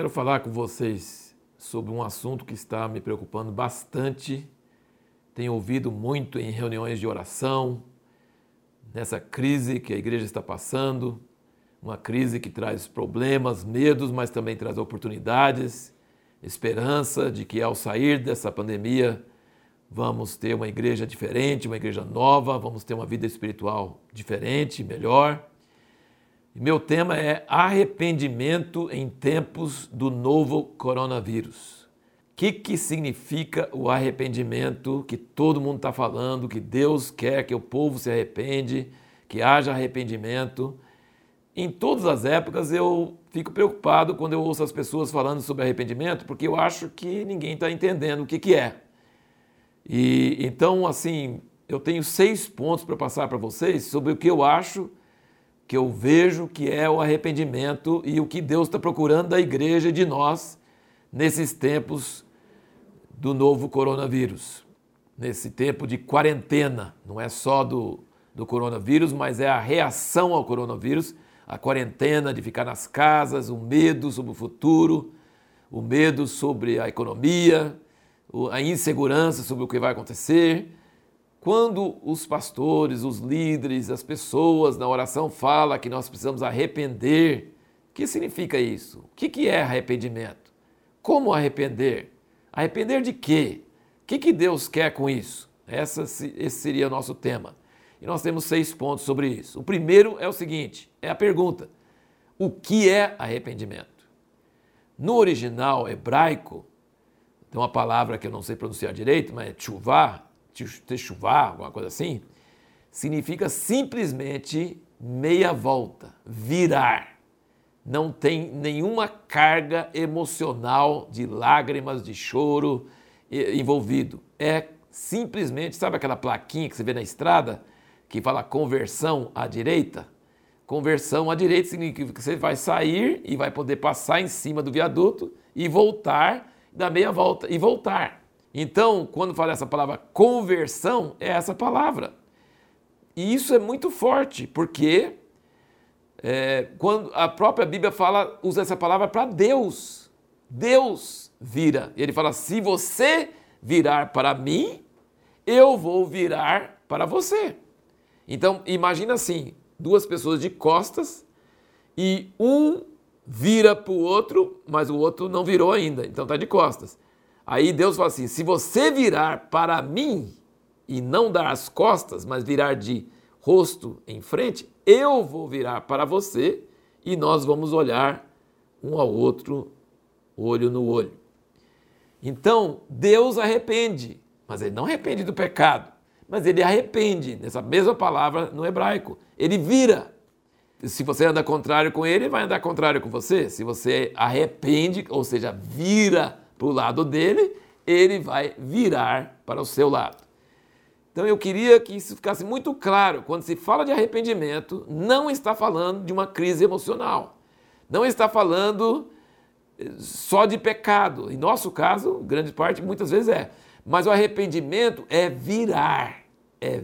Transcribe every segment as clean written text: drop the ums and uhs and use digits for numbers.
Quero falar com vocês sobre um assunto que está me preocupando bastante. Tenho ouvido muito em reuniões de oração, nessa crise que a igreja está passando, uma crise que traz problemas, medos, mas também traz oportunidades, esperança de que ao sair dessa pandemia vamos ter uma igreja diferente, uma igreja nova, vamos ter uma vida espiritual diferente, melhor. E meu tema é arrependimento em tempos do novo coronavírus. O que significa o arrependimento que todo mundo está falando, que Deus quer que o povo se arrepende, que haja arrependimento? Em todas as épocas eu fico preocupado quando eu ouço as pessoas falando sobre arrependimento, porque eu acho que ninguém está entendendo o que é. E então, assim, eu tenho 6 pontos para passar para vocês sobre o que eu acho, que eu vejo que é o arrependimento e o que Deus está procurando da igreja e de nós nesses tempos do novo coronavírus. Nesse tempo de quarentena, não é só do coronavírus, mas é a reação ao coronavírus, a quarentena de ficar nas casas, o medo sobre o futuro, o medo sobre a economia, a insegurança sobre o que vai acontecer. Quando os pastores, os líderes, as pessoas na oração falam que nós precisamos arrepender, o que significa isso? O que é arrependimento? Como arrepender? Arrepender de quê? O que Deus quer com isso? Esse seria o nosso tema. E nós temos 6 pontos sobre isso. O primeiro é o seguinte, é a pergunta: o que é arrependimento? No original hebraico, tem uma palavra que eu não sei pronunciar direito, mas é tchuvá, alguma coisa assim, significa simplesmente meia volta, virar. Não tem nenhuma carga emocional de lágrimas, de choro envolvido. É simplesmente, sabe aquela plaquinha que você vê na estrada, que fala conversão à direita? Conversão à direita significa que você vai sair e vai poder passar em cima do viaduto e voltar, dar meia volta e voltar. Então, quando fala essa palavra conversão, é essa palavra. E isso é muito forte, porque quando a própria Bíblia usa essa palavra para Deus. Deus vira. Ele fala, se você virar para mim, eu vou virar para você. Então, imagina assim, 2 pessoas de costas e um vira para o outro, mas o outro não virou ainda, então está de costas. Aí Deus fala assim, se você virar para mim e não dar as costas, mas virar de rosto em frente, eu vou virar para você e nós vamos olhar um ao outro, olho no olho. Então, Deus arrepende, mas Ele não arrepende do pecado, mas Ele arrepende, nessa mesma palavra no hebraico, Ele vira. Se você anda contrário com Ele, Ele vai andar contrário com você. Se você arrepende, ou seja, vira para o lado dele, ele vai virar para o seu lado. Então eu queria que isso ficasse muito claro. Quando se fala de arrependimento, não está falando de uma crise emocional. Não está falando só de pecado. Em nosso caso, grande parte, muitas vezes é. Mas o arrependimento é virar, é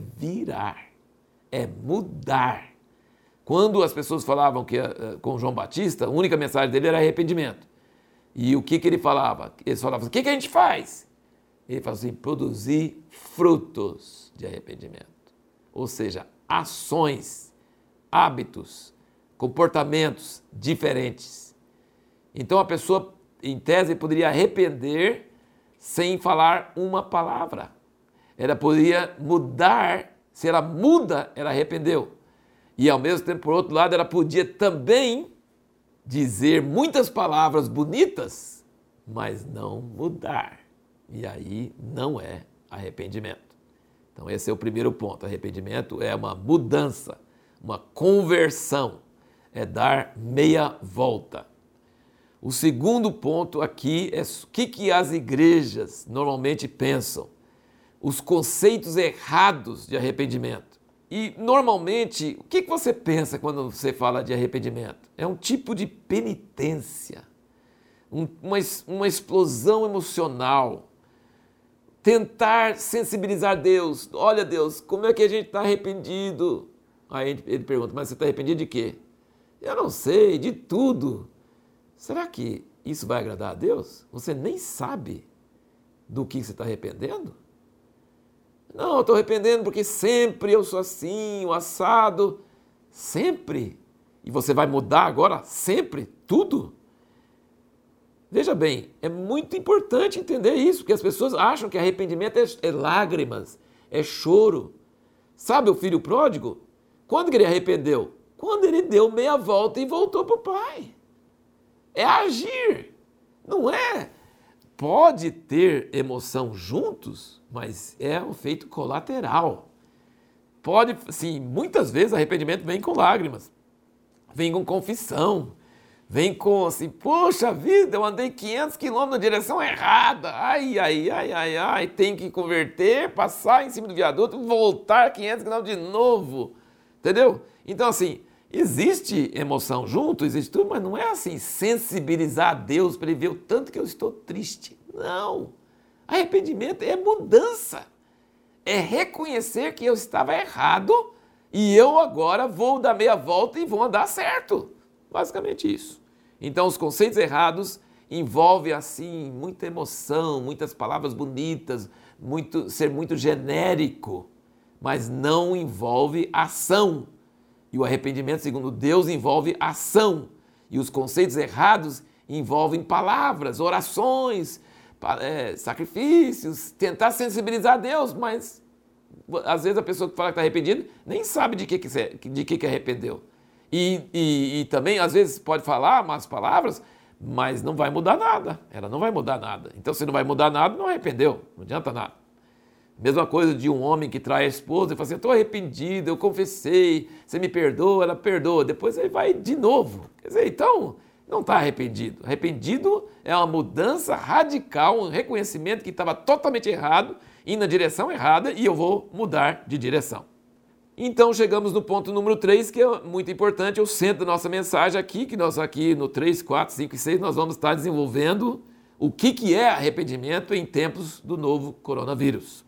mudar. Quando as pessoas falavam que com João Batista, a única mensagem dele era arrependimento. E o que ele falava? Eles falavam, o que a gente faz? Ele falava assim, produzir frutos de arrependimento. Ou seja, ações, hábitos, comportamentos diferentes. Então a pessoa, em tese, poderia arrepender sem falar uma palavra. Ela poderia mudar, se ela muda, ela arrependeu. E ao mesmo tempo, por outro lado, ela podia também dizer muitas palavras bonitas, mas não mudar. E aí não é arrependimento. Então esse é o primeiro ponto. Arrependimento é uma mudança, uma conversão, é dar meia volta. O segundo ponto aqui é o que as igrejas normalmente pensam, os conceitos errados de arrependimento. E, normalmente, o que você pensa quando você fala de arrependimento? É um tipo de penitência, uma explosão emocional, tentar sensibilizar Deus. Olha, Deus, como é que a gente está arrependido? Aí ele pergunta, mas você está arrependido de quê? Eu não sei, de tudo. Será que isso vai agradar a Deus? Você nem sabe do que você está arrependendo? Não, eu estou arrependendo porque sempre eu sou assim, o assado. Sempre? E você vai mudar agora sempre? Tudo? Veja bem, é muito importante entender isso, porque as pessoas acham que arrependimento é lágrimas, é choro. Sabe o filho pródigo? Quando que ele arrependeu? Quando ele deu meia volta e voltou para o pai. É agir, não é? Pode ter emoção juntos, mas é um efeito colateral. Pode, sim, muitas vezes arrependimento vem com lágrimas, vem com confissão, vem com assim, poxa vida, eu andei 500 quilômetros na direção errada, ai, tem que converter, passar em cima do viaduto, voltar 500 quilômetros de novo, entendeu? Então assim, existe emoção junto, existe tudo, mas não é assim, sensibilizar a Deus para ele ver o tanto que eu estou triste. Não. Arrependimento é mudança. É reconhecer que eu estava errado e eu agora vou dar meia volta e vou andar certo. Basicamente isso. Então os conceitos errados envolvem assim muita emoção, muitas palavras bonitas, ser muito genérico, mas não envolve ação. E o arrependimento, segundo Deus, envolve ação. E os conceitos errados envolvem palavras, orações, sacrifícios, tentar sensibilizar a Deus, mas às vezes a pessoa que fala que está arrependida nem sabe de que arrependeu. E também, às vezes, pode falar umas palavras, mas não vai mudar nada. Ela não vai mudar nada. Então, se não vai mudar nada, não arrependeu. Não adianta nada. Mesma coisa de um homem que trai a esposa e fala assim, eu estou arrependido, eu confessei, você me perdoa, ela perdoa. Depois ele vai de novo. Quer dizer, então, não está arrependido. Arrependido é uma mudança radical, um reconhecimento que estava totalmente errado, indo na direção errada e eu vou mudar de direção. Então chegamos no ponto número 3, que é muito importante, é o centro da nossa mensagem aqui, que nós aqui no 3, 4, 5 e 6 nós vamos estar desenvolvendo o que é arrependimento em tempos do novo coronavírus.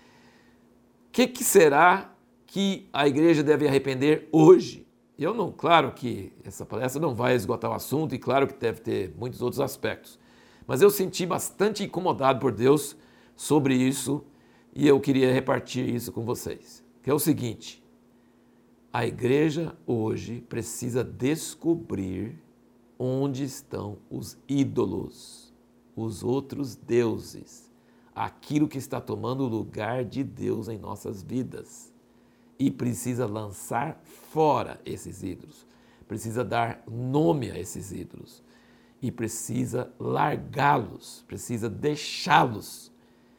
O que será que a igreja deve arrepender hoje? Claro que essa palestra não vai esgotar o assunto e claro que deve ter muitos outros aspectos, mas eu senti bastante incomodado por Deus sobre isso e eu queria repartir isso com vocês. Que é o seguinte, a igreja hoje precisa descobrir onde estão os ídolos, os outros deuses, aquilo que está tomando o lugar de Deus em nossas vidas. E precisa lançar fora esses ídolos, precisa dar nome a esses ídolos e precisa largá-los, precisa deixá-los.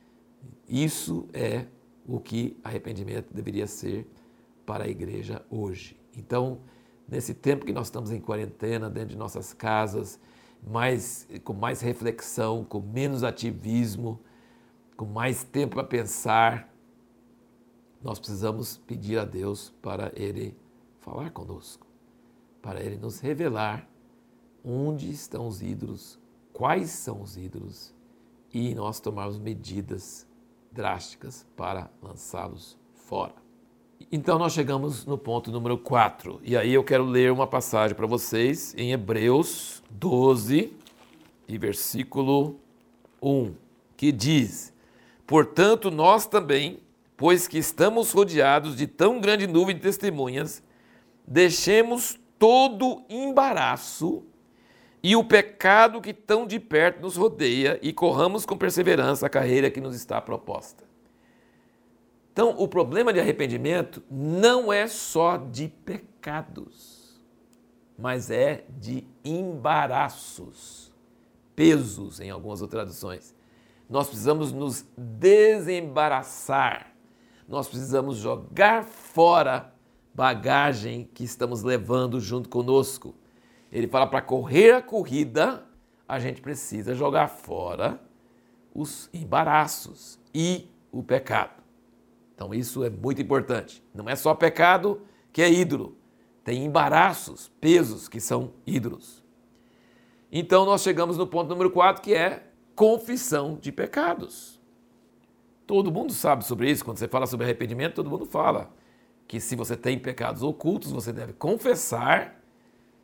Isso é o que arrependimento deveria ser para a igreja hoje. Então, nesse tempo que nós estamos em quarentena, dentro de nossas casas, com mais reflexão, com menos ativismo, com mais tempo para pensar, nós precisamos pedir a Deus para Ele falar conosco, para Ele nos revelar onde estão os ídolos, quais são os ídolos e nós tomarmos medidas drásticas para lançá-los fora. Então nós chegamos no ponto número 4, e aí eu quero ler uma passagem para vocês em Hebreus 12 e versículo 1, que diz, portanto nós também, pois que estamos rodeados de tão grande nuvem de testemunhas, deixemos todo embaraço e o pecado que tão de perto nos rodeia e corramos com perseverança a carreira que nos está proposta. Então, o problema de arrependimento não é só de pecados, mas é de embaraços, pesos em algumas outras traduções. Nós precisamos nos desembaraçar, nós precisamos jogar fora bagagem que estamos levando junto conosco. Ele fala para correr a corrida, a gente precisa jogar fora os embaraços e o pecado. Então isso é muito importante. Não é só pecado que é ídolo. Tem embaraços, pesos que são ídolos. Então nós chegamos no ponto número 4, que é confissão de pecados. Todo mundo sabe sobre isso. Quando você fala sobre arrependimento, todo mundo fala que se você tem pecados ocultos, você deve confessar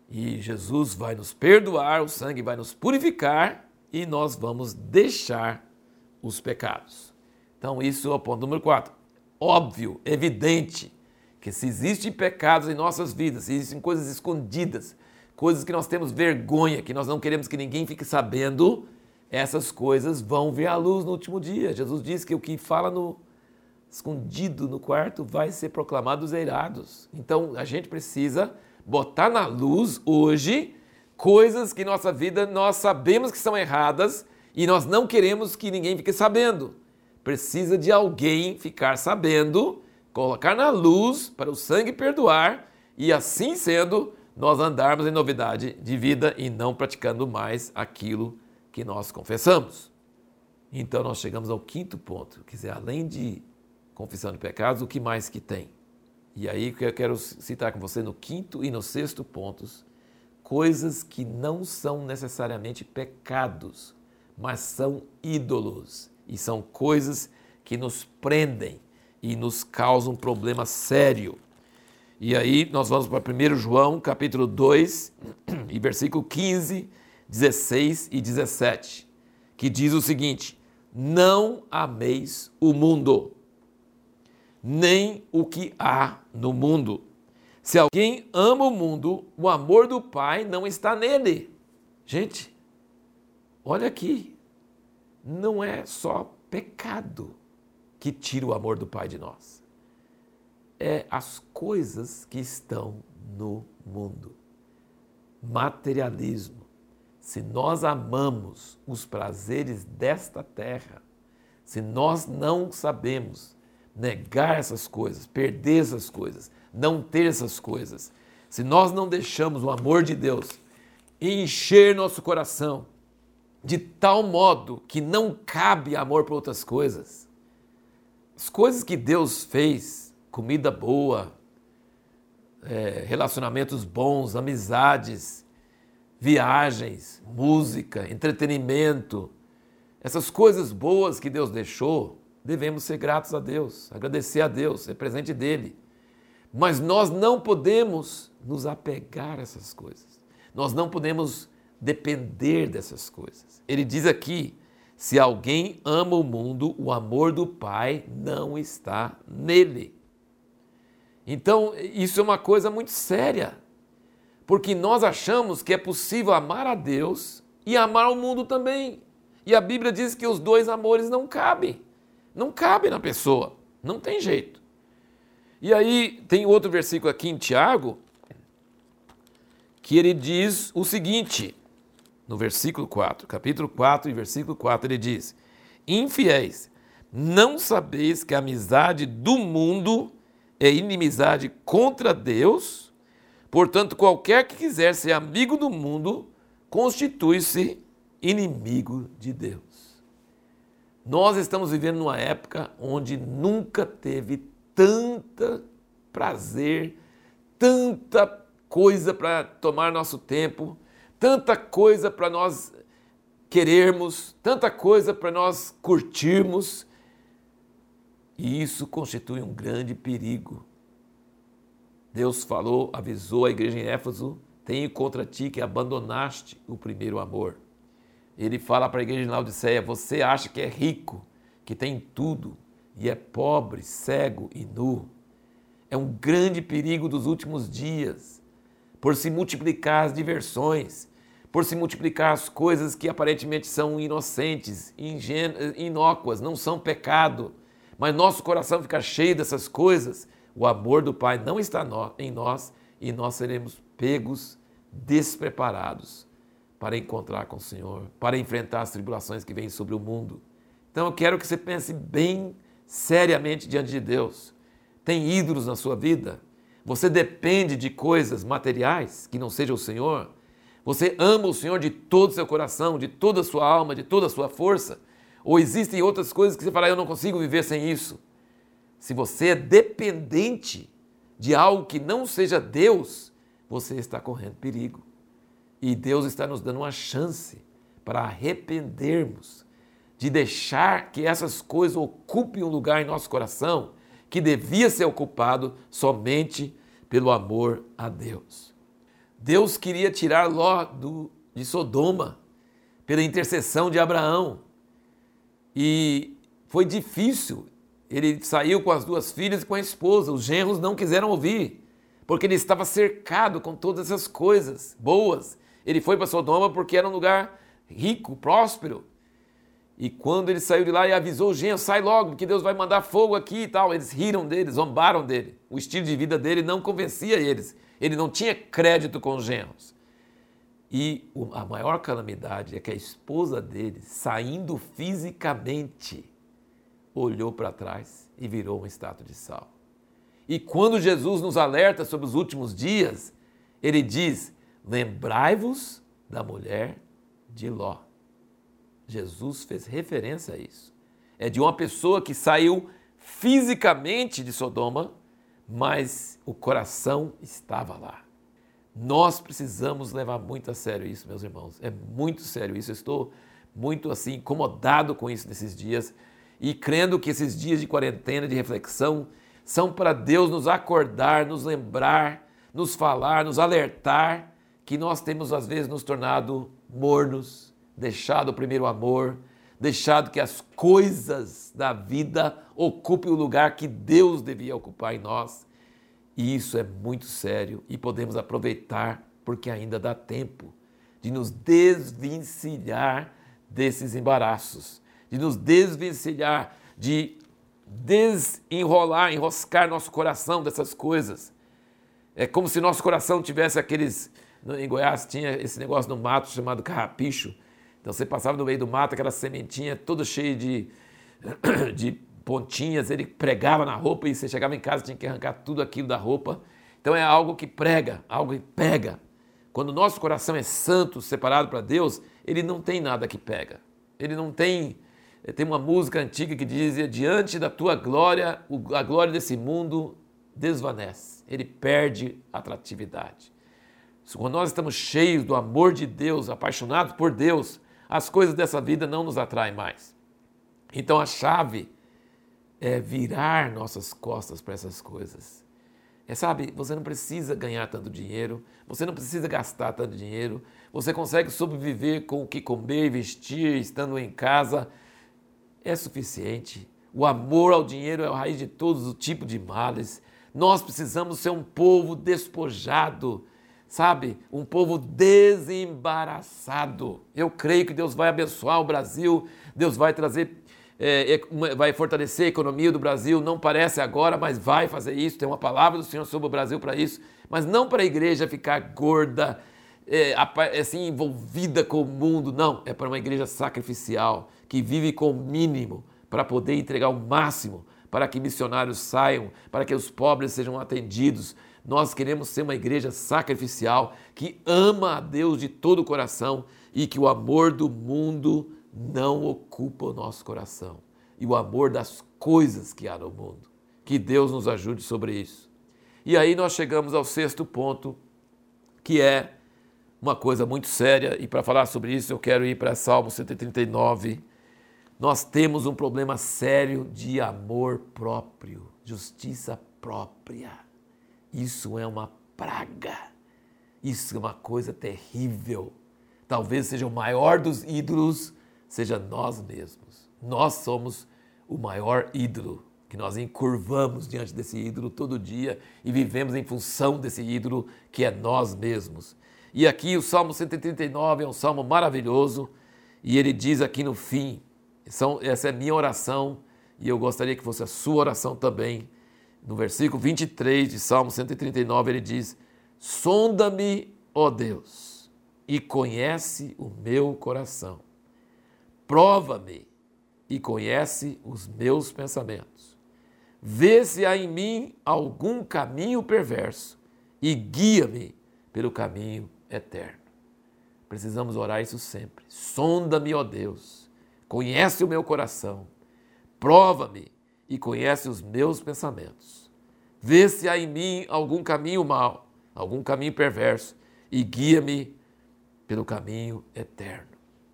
E Jesus vai nos perdoar, o sangue vai nos purificar e nós vamos deixar os pecados. Então, isso é o ponto número 4. Óbvio, evidente, que se existem pecados em nossas vidas, se existem coisas escondidas, coisas que nós temos vergonha, que nós não queremos que ninguém fique sabendo, essas coisas vão vir à luz no último dia. Jesus disse que o que fala no escondido no quarto vai ser proclamado aos eirados. Então, a gente precisa botar na luz hoje coisas que em nossa vida nós sabemos que são erradas e nós não queremos que ninguém fique sabendo. Precisa de alguém ficar sabendo, colocar na luz para o sangue perdoar e assim sendo, nós andarmos em novidade de vida e não praticando mais aquilo que nós confessamos. Então nós chegamos ao quinto ponto, quer dizer, além de confissão de pecados, o que mais que tem? E aí eu quero citar com você no quinto e no sexto pontos, coisas que não são necessariamente pecados, mas são ídolos. E são coisas que nos prendem e nos causam um problema sério. E aí nós vamos para 1 João, capítulo 2, e versículo 15, 16 e 17, que diz o seguinte: não ameis o mundo, nem o que há no mundo. Se alguém ama o mundo, o amor do Pai não está nele. Gente, olha aqui. Não é só pecado que tira o amor do Pai de nós. É as coisas que estão no mundo. Materialismo. Se nós amamos os prazeres desta terra, se nós não sabemos negar essas coisas, perder essas coisas, não ter essas coisas, se nós não deixamos o amor de Deus encher nosso coração, de tal modo que não cabe amor por outras coisas. As coisas que Deus fez, comida boa, relacionamentos bons, amizades, viagens, música, entretenimento, essas coisas boas que Deus deixou, devemos ser gratos a Deus, agradecer a Deus, ser presente dEle. Mas nós não podemos nos apegar a essas coisas. Nós não podemos depender dessas coisas. Ele diz aqui, se alguém ama o mundo, o amor do Pai não está nele. Então, isso é uma coisa muito séria, porque nós achamos que é possível amar a Deus e amar o mundo também. E a Bíblia diz que os dois amores não cabem na pessoa, não tem jeito. E aí tem outro versículo aqui em Tiago, que ele diz o seguinte, no versículo 4, capítulo 4 e versículo 4, ele diz: infiéis, não sabeis que a amizade do mundo é inimizade contra Deus? Portanto, qualquer que quiser ser amigo do mundo, constitui-se inimigo de Deus. Nós estamos vivendo numa época onde nunca teve tanta prazer, tanta coisa para tomar nosso tempo, tanta coisa para nós querermos, tanta coisa para nós curtirmos, e isso constitui um grande perigo. Deus falou, avisou a igreja em Éfeso: tenho contra ti que abandonaste o primeiro amor. Ele fala para a igreja em Laodiceia: você acha que é rico, que tem tudo, e é pobre, cego e nu. É um grande perigo dos últimos dias, por se multiplicar as diversões, por se multiplicar as coisas que aparentemente são inocentes, inócuas, não são pecado, mas nosso coração fica cheio dessas coisas, o amor do Pai não está em nós e nós seremos pegos despreparados para encontrar com o Senhor, para enfrentar as tribulações que vêm sobre o mundo. Então eu quero que você pense bem seriamente diante de Deus. Tem ídolos na sua vida? Você depende de coisas materiais que não seja o Senhor? Você ama o Senhor de todo o seu coração, de toda a sua alma, de toda a sua força? Ou existem outras coisas que você fala: eu não consigo viver sem isso? Se você é dependente de algo que não seja Deus, você está correndo perigo. E Deus está nos dando uma chance para arrependermos, de deixar que essas coisas ocupem um lugar em nosso coração que devia ser ocupado somente pelo amor a Deus. Deus queria tirar Ló de Sodoma pela intercessão de Abraão. E foi difícil. Ele saiu com as 2 filhas e com a esposa. Os genros não quiseram ouvir, porque ele estava cercado com todas essas coisas boas. Ele foi para Sodoma porque era um lugar rico, próspero. E quando ele saiu de lá e avisou os genros, sai logo, porque Deus vai mandar fogo aqui e tal. Eles riram dele, zombaram dele. O estilo de vida dele não convencia eles. Ele não tinha crédito com os genros. E a maior calamidade é que a esposa dele, saindo fisicamente, olhou para trás e virou uma estátua de sal. E quando Jesus nos alerta sobre os últimos dias, ele diz, lembrai-vos da mulher de Ló. Jesus fez referência a isso. É de uma pessoa que saiu fisicamente de Sodoma, mas o coração estava lá. Nós precisamos levar muito a sério isso, meus irmãos. É muito sério isso. Eu estou muito assim incomodado com isso nesses dias e crendo que esses dias de quarentena, de reflexão, são para Deus nos acordar, nos lembrar, nos falar, nos alertar que nós temos às vezes nos tornado mornos, deixado o primeiro amor, deixado que as coisas da vida ocupem o lugar que Deus devia ocupar em nós. E isso é muito sério e podemos aproveitar porque ainda dá tempo de nos desvencilhar desses embaraços, de nos desvencilhar, de enroscar nosso coração dessas coisas. É como se nosso coração tivesse aqueles... Em Goiás tinha esse negócio no mato chamado carrapicho. Então você passava no meio do mato, aquela sementinha toda cheia de pontinhas, ele pregava na roupa e você chegava em casa, tinha que arrancar tudo aquilo da roupa. Então é algo que prega, algo que pega. Quando o nosso coração é santo, separado para Deus, ele não tem nada que pega. Ele não tem... Tem uma música antiga que dizia, diante da tua glória, a glória desse mundo desvanece. Ele perde atratividade. Quando nós estamos cheios do amor de Deus, apaixonados por Deus, as coisas dessa vida não nos atraem mais. Então a chave é virar nossas costas para essas coisas. Sabe, você não precisa ganhar tanto dinheiro, você não precisa gastar tanto dinheiro, você consegue sobreviver com o que comer e vestir, estando em casa, é suficiente. O amor ao dinheiro é a raiz de todos os tipos de males. Nós precisamos ser um povo despojado, sabe? Um povo desembaraçado. Eu creio que Deus vai abençoar o Brasil, Deus vai trazer... vai fortalecer a economia do Brasil, não parece agora, mas vai fazer isso, tem uma palavra do Senhor sobre o Brasil para isso, mas não para a igreja ficar gorda, assim, envolvida com o mundo, não, é para uma igreja sacrificial, que vive com o mínimo, para poder entregar o máximo, para que missionários saiam, para que os pobres sejam atendidos. Nós queremos ser uma igreja sacrificial, que ama a Deus de todo o coração e que o amor do mundo não ocupa o nosso coração. E o amor das coisas que há no mundo. Que Deus nos ajude sobre isso. E aí nós chegamos ao 6º ponto, que é uma coisa muito séria. E para falar sobre isso eu quero ir para Salmo 139. Nós temos um problema sério de amor próprio, justiça própria. Isso é uma praga. Isso é uma coisa terrível. Talvez seja o maior dos ídolos, seja nós mesmos. Nós somos o maior ídolo, que nós encurvamos diante desse ídolo todo dia e vivemos em função desse ídolo que é nós mesmos. E aqui o Salmo 139 é um salmo maravilhoso e ele diz aqui no fim, essa é a minha oração e eu gostaria que fosse a sua oração também. No versículo 23 de Salmo 139 ele diz, sonda-me, ó Deus, e conhece o meu coração. Prova-me e conhece os meus pensamentos. Vê se há em mim algum caminho perverso e guia-me pelo caminho eterno. Precisamos orar isso sempre. Sonda-me, ó Deus, conhece o meu coração. Prova-me e conhece os meus pensamentos. Vê se há em mim algum caminho mau, algum caminho perverso e guia-me pelo caminho eterno.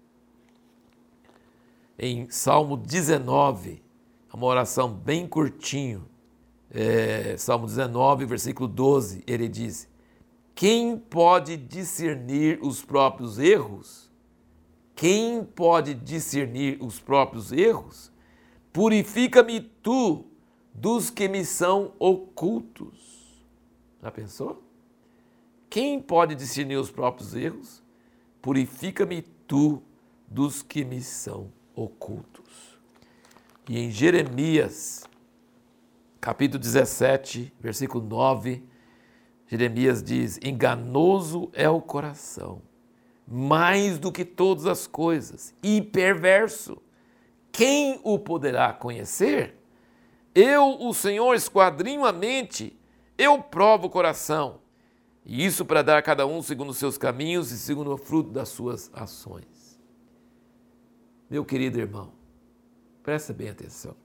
Em Salmo 19, uma oração bem curtinho, Salmo 19, versículo 12, ele diz, Quem pode discernir os próprios erros? Quem pode discernir os próprios erros? Purifica-me tu dos que me são ocultos. Já pensou? Quem pode discernir os próprios erros? Purifica-me tu dos que me são ocultos. E em Jeremias, capítulo 17, versículo 9, Jeremias diz: enganoso é o coração, mais do que todas as coisas, e perverso. Quem o poderá conhecer? Eu, o Senhor, esquadrinho a mente, eu provo o coração. E isso para dar a cada um segundo os seus caminhos e segundo o fruto das suas ações. Meu querido irmão, presta bem atenção.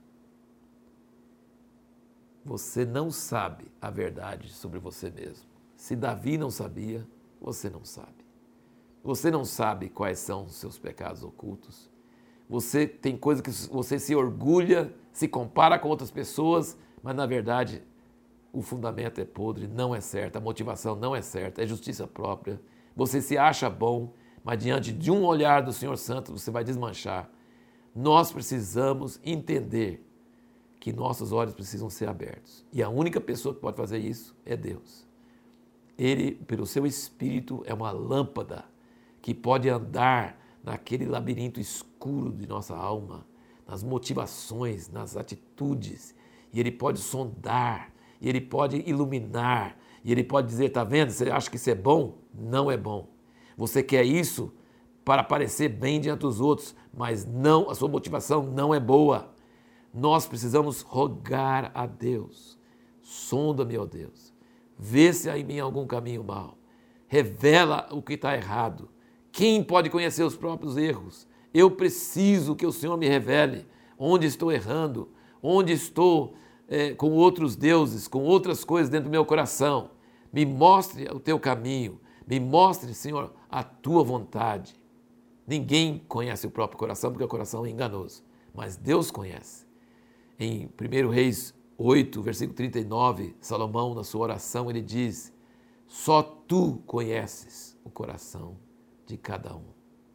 Você não sabe a verdade sobre você mesmo. Se Davi não sabia, você não sabe. Você não sabe quais são os seus pecados ocultos. Você tem coisas que você se orgulha, se compara com outras pessoas, mas na verdade o fundamento é podre, não é certo, a motivação não é certa, é justiça própria. Você se acha bom, mas diante de um olhar do Senhor Santo você vai desmanchar. Nós precisamos entender que nossos olhos precisam ser abertos. E a única pessoa que pode fazer isso é Deus. Ele, pelo seu Espírito, é uma lâmpada que pode andar naquele labirinto escuro de nossa alma, nas motivações, nas atitudes. E Ele pode sondar, e Ele pode iluminar, e Ele pode dizer, tá vendo, você acha que isso é bom? Não é bom. Você quer isso para parecer bem diante dos outros, mas não, a sua motivação não é boa. Nós precisamos rogar a Deus. Sonda-me, ó Deus. Vê se há em mim algum caminho mau. Revela o que está errado. Quem pode conhecer os próprios erros? Eu preciso que o Senhor me revele onde estou errando, onde estou com outros deuses, com outras coisas dentro do meu coração. Me mostre o teu caminho. Me mostre, Senhor, a tua vontade. Ninguém conhece o próprio coração porque o coração é enganoso. Mas Deus conhece. Em 1 Reis 8, versículo 39, Salomão, na sua oração, ele diz: só tu conheces o coração de cada um.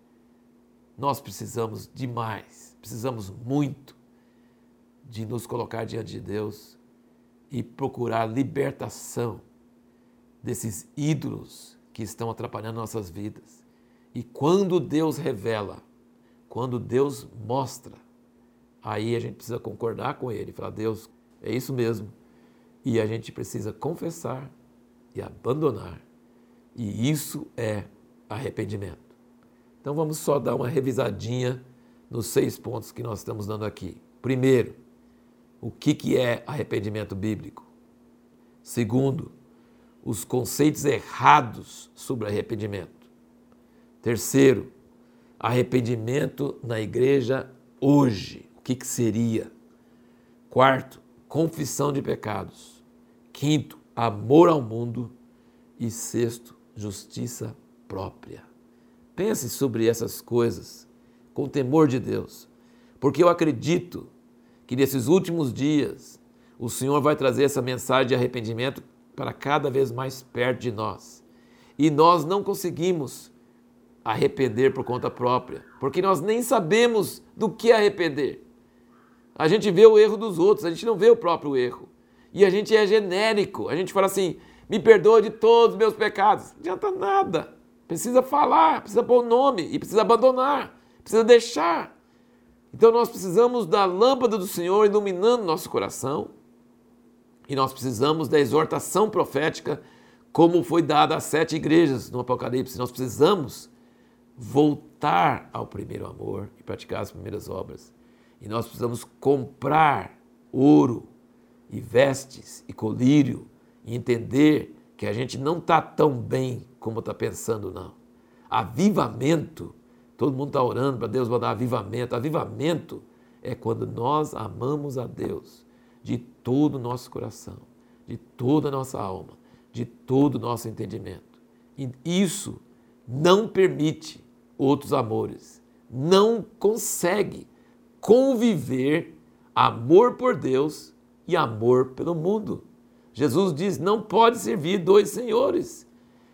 Nós precisamos demais, precisamos muito de nos colocar diante de Deus e procurar libertação desses ídolos que estão atrapalhando nossas vidas. E quando Deus revela, quando Deus mostra, aí a gente precisa concordar com Ele, falar, Deus, é isso mesmo. E a gente precisa confessar e abandonar. E isso é arrependimento. Então vamos só dar uma revisadinha nos 6 pontos que nós estamos dando aqui. Primeiro, o que é arrependimento bíblico? Segundo, os conceitos errados sobre arrependimento. Terceiro, arrependimento na igreja hoje. O que seria? Quarto, confissão de pecados. Quinto, amor ao mundo. E sexto, justiça própria. Pense sobre essas coisas com temor de Deus, porque eu acredito que nesses últimos dias o Senhor vai trazer essa mensagem de arrependimento para cada vez mais perto de nós. E nós não conseguimos arrepender por conta própria, porque nós nem sabemos do que arrepender. A gente vê o erro dos outros, a gente não vê o próprio erro. E a gente é genérico, a gente fala assim, me perdoa de todos os meus pecados. Não adianta nada, precisa falar, precisa pôr o nome e precisa abandonar, precisa deixar. Então nós precisamos da lâmpada do Senhor iluminando nosso coração e nós precisamos da exortação profética como foi dada às 7 igrejas no Apocalipse. Nós precisamos voltar ao primeiro amor e praticar as primeiras obras. E nós precisamos comprar ouro e vestes e colírio e entender que a gente não está tão bem como está pensando, não. Avivamento, todo mundo está orando para Deus mandar avivamento. Avivamento é quando nós amamos a Deus de todo o nosso coração, de toda a nossa alma, de todo o nosso entendimento. E isso não permite outros amores, não consegue conviver amor por Deus e amor pelo mundo. Jesus diz, não pode servir 2 senhores.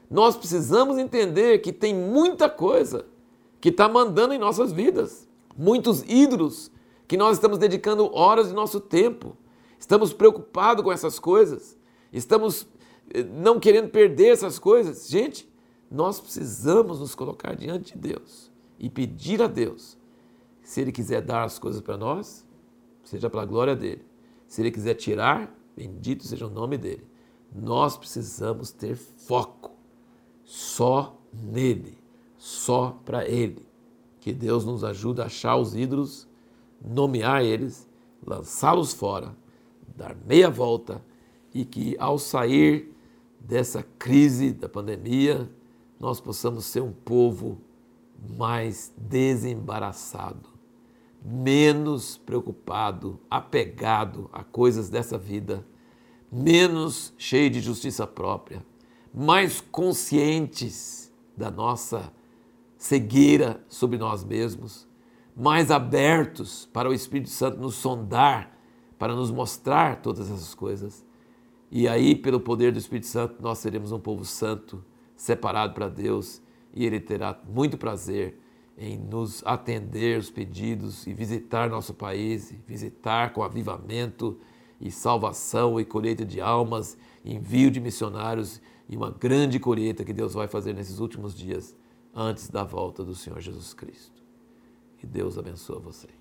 Nós precisamos entender que tem muita coisa que está mandando em nossas vidas. Muitos ídolos que nós estamos dedicando horas de nosso tempo. Estamos preocupados com essas coisas. Estamos não querendo perder essas coisas. Gente, nós precisamos nos colocar diante de Deus e pedir a Deus. Se Ele quiser dar as coisas para nós, seja para a glória dEle. Se Ele quiser tirar, bendito seja o nome dEle. Nós precisamos ter foco só nele, só para Ele. Que Deus nos ajude a achar os ídolos, nomear eles, lançá-los fora, dar meia volta e que ao sair dessa crise da pandemia, nós possamos ser um povo mais desembaraçado, menos preocupado, apegado a coisas dessa vida, menos cheio de justiça própria, mais conscientes da nossa cegueira sobre nós mesmos, mais abertos para o Espírito Santo nos sondar, para nos mostrar todas essas coisas. E aí, pelo poder do Espírito Santo, nós seremos um povo santo, separado para Deus, e Ele terá muito prazer em nos atender os pedidos e visitar nosso país, visitar com avivamento e salvação e colheita de almas, envio de missionários e uma grande colheita que Deus vai fazer nesses últimos dias, antes da volta do Senhor Jesus Cristo. Que Deus abençoe vocês.